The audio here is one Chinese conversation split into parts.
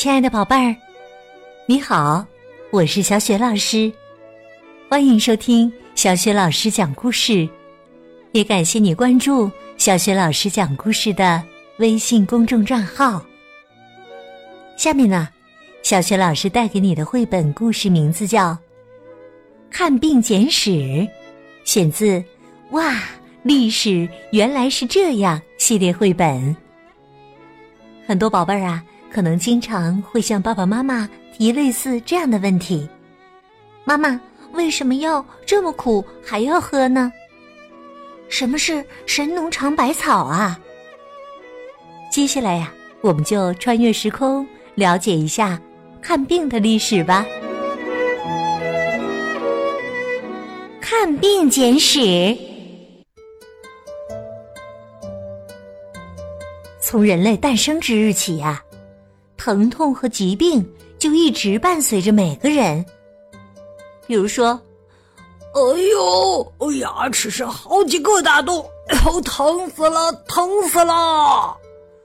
亲爱的宝贝儿，你好，我是小雪老师，欢迎收听小雪老师讲故事，也感谢你关注小雪老师讲故事的微信公众账号。下面呢，小雪老师带给你的绘本故事名字叫《看病简史》，选自《哇，历史原来是这样》系列绘本。很多宝贝儿啊，可能经常会向爸爸妈妈提类似这样的问题：妈妈，为什么药这么苦还要喝呢？什么是神农尝百草啊？接下来呀，我们就穿越时空，了解一下看病的历史吧。看病简史。从人类诞生之日起呀，疼痛和疾病就一直伴随着每个人。比如说， 哎呦，牙齿上好几个大洞，疼死了，疼死了。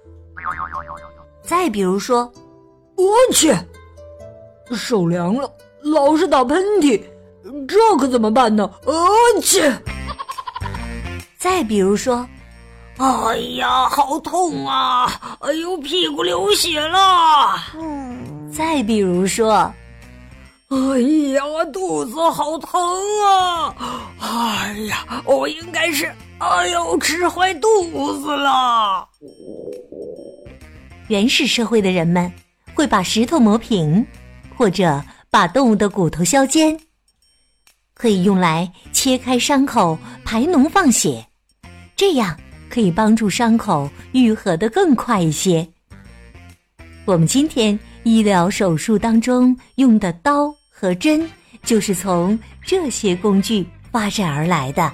再比如说， 我去，手凉了，老是打喷嚏，这可怎么办呢？去。 再比如说， 哎呀，好痛啊！哎呦，屁股流血了。 再比如说， 哎呀，肚子好疼啊！哎呀，我应该是，吃坏肚子了。 原始社会的人们会把石头磨平，或者把动物的骨头削尖，可以用来切开伤口排脓放血，这样可以帮助伤口愈合得更快一些。我们今天医疗手术当中用的刀和针，就是从这些工具发展而来的。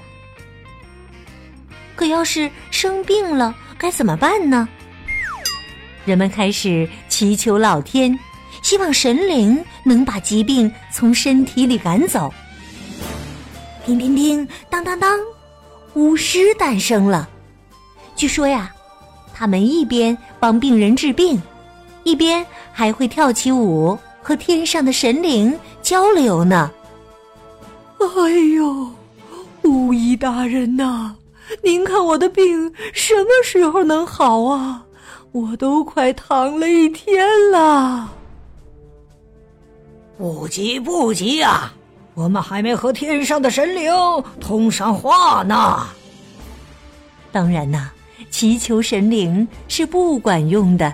可要是生病了，该怎么办呢？人们开始祈求老天，希望神灵能把疾病从身体里赶走。叮叮叮，当当当，巫师诞生了。据说呀，他们一边帮病人治病，一边还会跳起舞，和天上的神灵交流呢。 哎呦，巫医大人呐，您看我的病什么时候能好啊？我都快躺了一天了。不急不急啊，我们还没和天上的神灵通上话呢。 当然呐，祈求神灵是不管用的。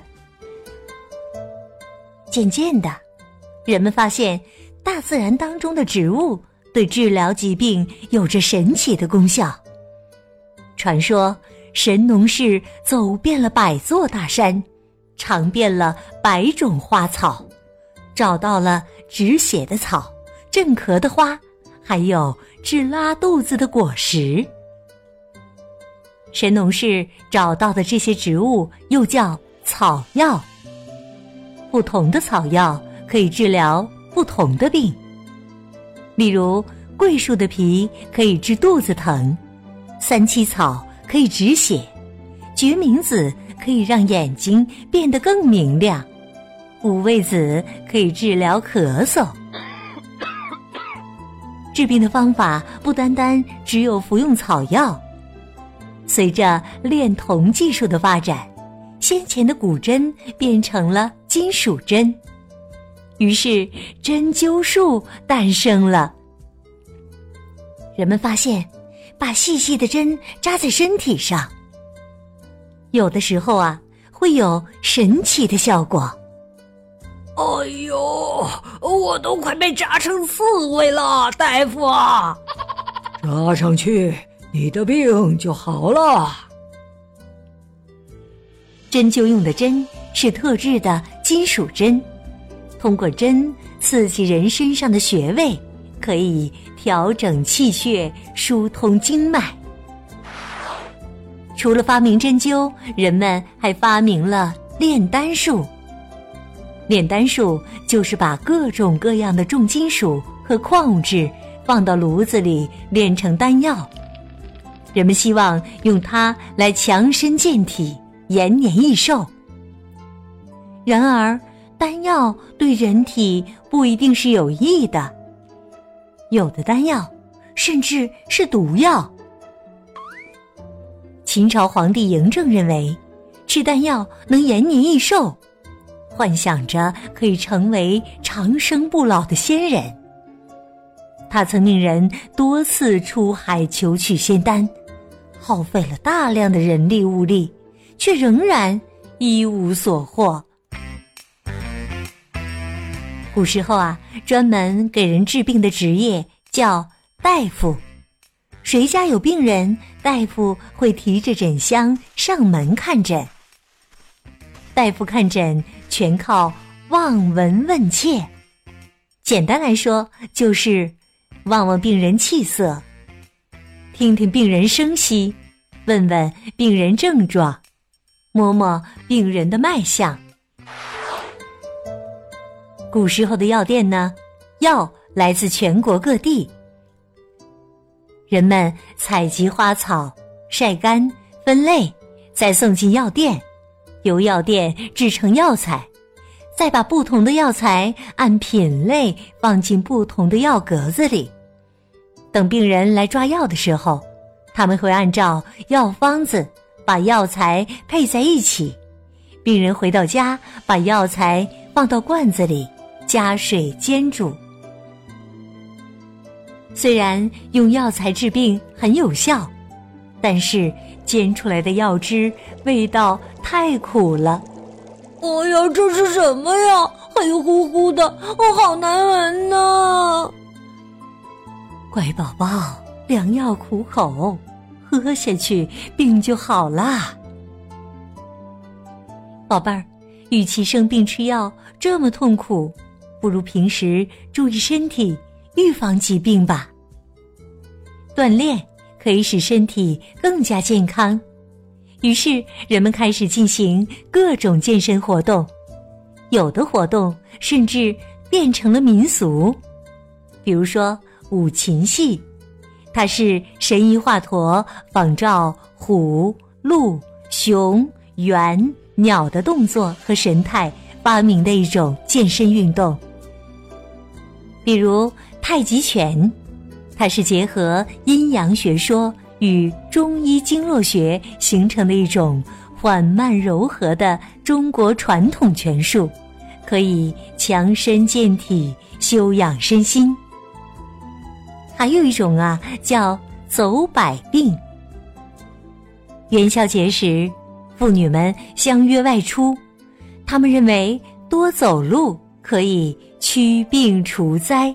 渐渐的，人们发现大自然当中的植物对治疗疾病有着神奇的功效。传说神农氏走遍了100座大山，尝遍了100种花草，找到了止血的草、镇咳的花，还有治拉肚子的果实。神农氏找到的这些植物又叫草药。不同的草药可以治疗不同的病。例如，桂树的皮可以治肚子疼，三七草可以止血，决明子可以让眼睛变得更明亮，五味子可以治疗咳嗽。治病的方法不单单只有服用草药。随着炼铜技术的发展，先前的古针变成了金属针，于是针灸术诞生了。人们发现，把细细的针扎在身体上，有的时候啊，会有神奇的效果。 哎呦，我都快被扎成刺猬了，大夫啊！扎上去，你的病就好了。 针灸用的针是特制的金属针，通过针刺激人身上的穴位，可以调整气血，疏通经脉。除了发明针灸，人们还发明了炼丹术。炼丹术就是把各种各样的重金属和矿物质放到炉子里炼成丹药，人们希望用它来强身健体、延年益寿。然而丹药对人体不一定是有益的，有的丹药甚至是毒药。秦朝皇帝嬴政认为吃丹药能延年益寿，幻想着可以成为长生不老的仙人。他曾命人多次出海求取仙丹，耗费了大量的人力物力，却仍然一无所获。古时候专门给人治病的职业叫大夫。谁家有病人，大夫会提着诊箱上门看诊。大夫看诊全靠望闻问切，简单来说就是望望病人气色，听听病人声息，问问病人症状，摸摸病人的脉象。古时候的药店呢，药来自全国各地，人们采集花草，晒干分类，再送进药店，由药店制成药材，再把不同的药材按品类放进不同的药格子里。等病人来抓药的时候，他们会按照药方子把药材配在一起，病人回到家把药材放到罐子里，加水煎煮。虽然用药材治病很有效，但是煎出来的药汁味道太苦了。 哎呀，这是什么呀？黑乎乎的，好难闻呐！ 乖宝宝，良药苦口，喝下去病就好啦。宝贝儿，与其生病吃药这么痛苦，不如平时注意身体，预防疾病吧。锻炼可以使身体更加健康，于是人们开始进行各种健身活动，有的活动甚至变成了民俗。比如说五禽戏，它是神医华佗仿照虎、鹿、熊、猿、鸟的动作和神态发明的一种健身运动。比如太极拳，它是结合阴阳学说与中医经络学形成的一种缓慢柔和的中国传统拳术，可以强身健体，修养身心。还有一种叫走百病。元宵节时，妇女们相约外出，她们认为多走路可以驱病除灾。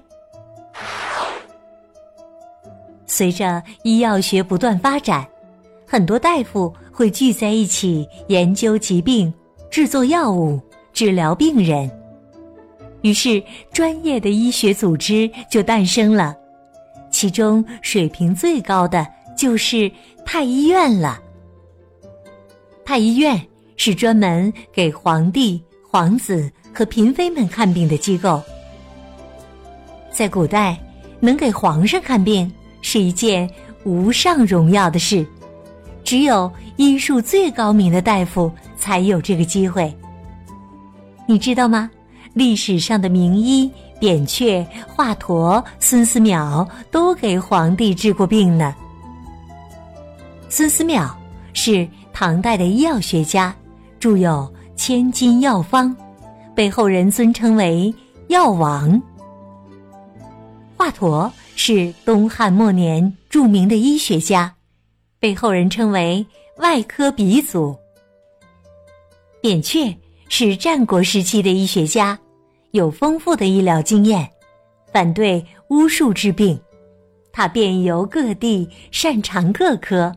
随着医药学不断发展，很多大夫会聚在一起研究疾病，制作药物，治疗病人。于是专业的医学组织就诞生了，其中水平最高的就是太医院了。太医院是专门给皇帝、皇子和嫔妃们看病的机构。在古代，能给皇上看病是一件无上荣耀的事，只有医术最高明的大夫才有这个机会。你知道吗？历史上的名医扁鹊、华佗、孙思邈都给皇帝治过病呢。孙思邈是唐代的医药学家，著有《千金药方》，被后人尊称为药王。华佗是东汉末年著名的医学家，被后人称为外科鼻祖。扁鹊是战国时期的医学家，有丰富的医疗经验，反对巫术治病，他遍游各地，擅长各科。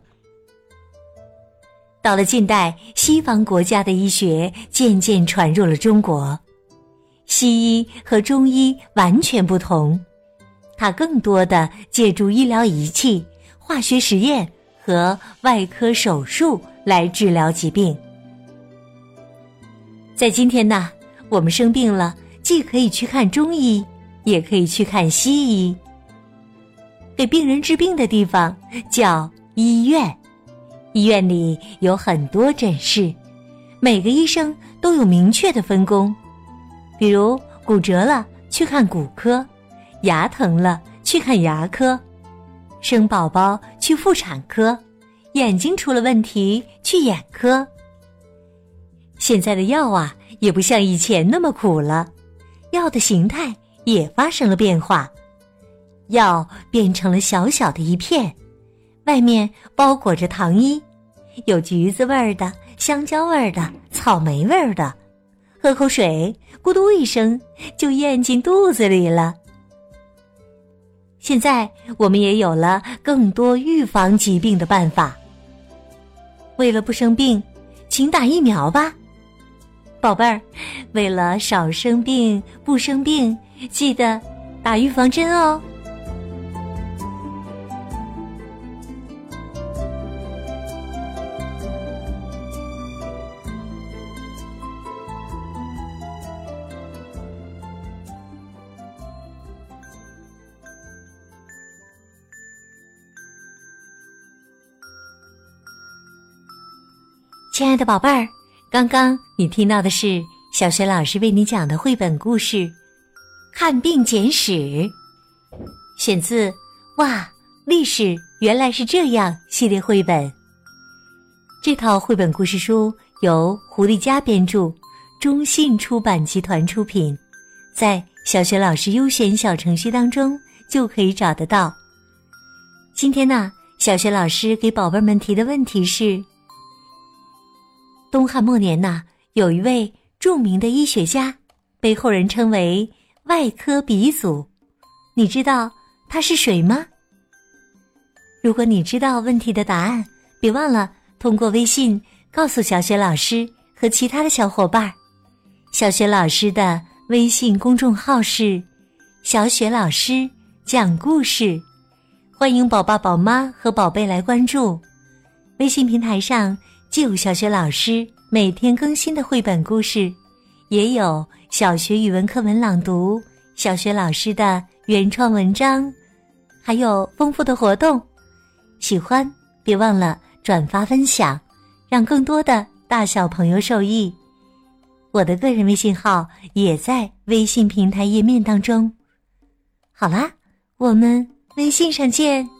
到了近代，西方国家的医学渐渐传入了中国，西医和中医完全不同，它更多的借助医疗仪器、化学实验和外科手术来治疗疾病。在今天呢，我们生病了，既可以去看中医，也可以去看西医。给病人治病的地方叫医院，医院里有很多诊室，每个医生都有明确的分工。 比如骨折了去看骨科，牙疼了去看牙科，生宝宝去妇产科，眼睛出了问题去眼科。现在的药啊，也不像以前那么苦了，药的形态也发生了变化，药变成了小小的一片，外面包裹着糖衣，有橘子味儿的、香蕉味儿的、草莓味儿的，喝口水，咕嘟一声就咽进肚子里了。现在我们也有了更多预防疾病的办法。为了不生病，请打疫苗吧。宝贝儿，为了少生病、不生病，记得打预防针哦。亲爱的宝贝儿，刚刚你听到的是小学老师为你讲的绘本故事《看病简史》，选自《哇，历史原来是这样》系列绘本。这套绘本故事书由胡丽佳编著，中信出版集团出品，在小学老师优选小程序当中就可以找得到。今天呢，小学老师给宝贝们提的问题是：东汉末年呢，有一位著名的医学家，被后人称为外科鼻祖。你知道他是谁吗？如果你知道问题的答案，别忘了通过微信告诉小学老师和其他的小伙伴。小学老师的微信公众号是小雪老师讲故事，欢迎宝爸宝妈和宝贝来关注。微信平台上既有小学老师每天更新的绘本故事，也有小学语文课文朗读、小学老师的原创文章，还有丰富的活动。喜欢别忘了转发分享，让更多的大小朋友受益。我的个人微信号也在微信平台页面当中。好啦，我们微信上见。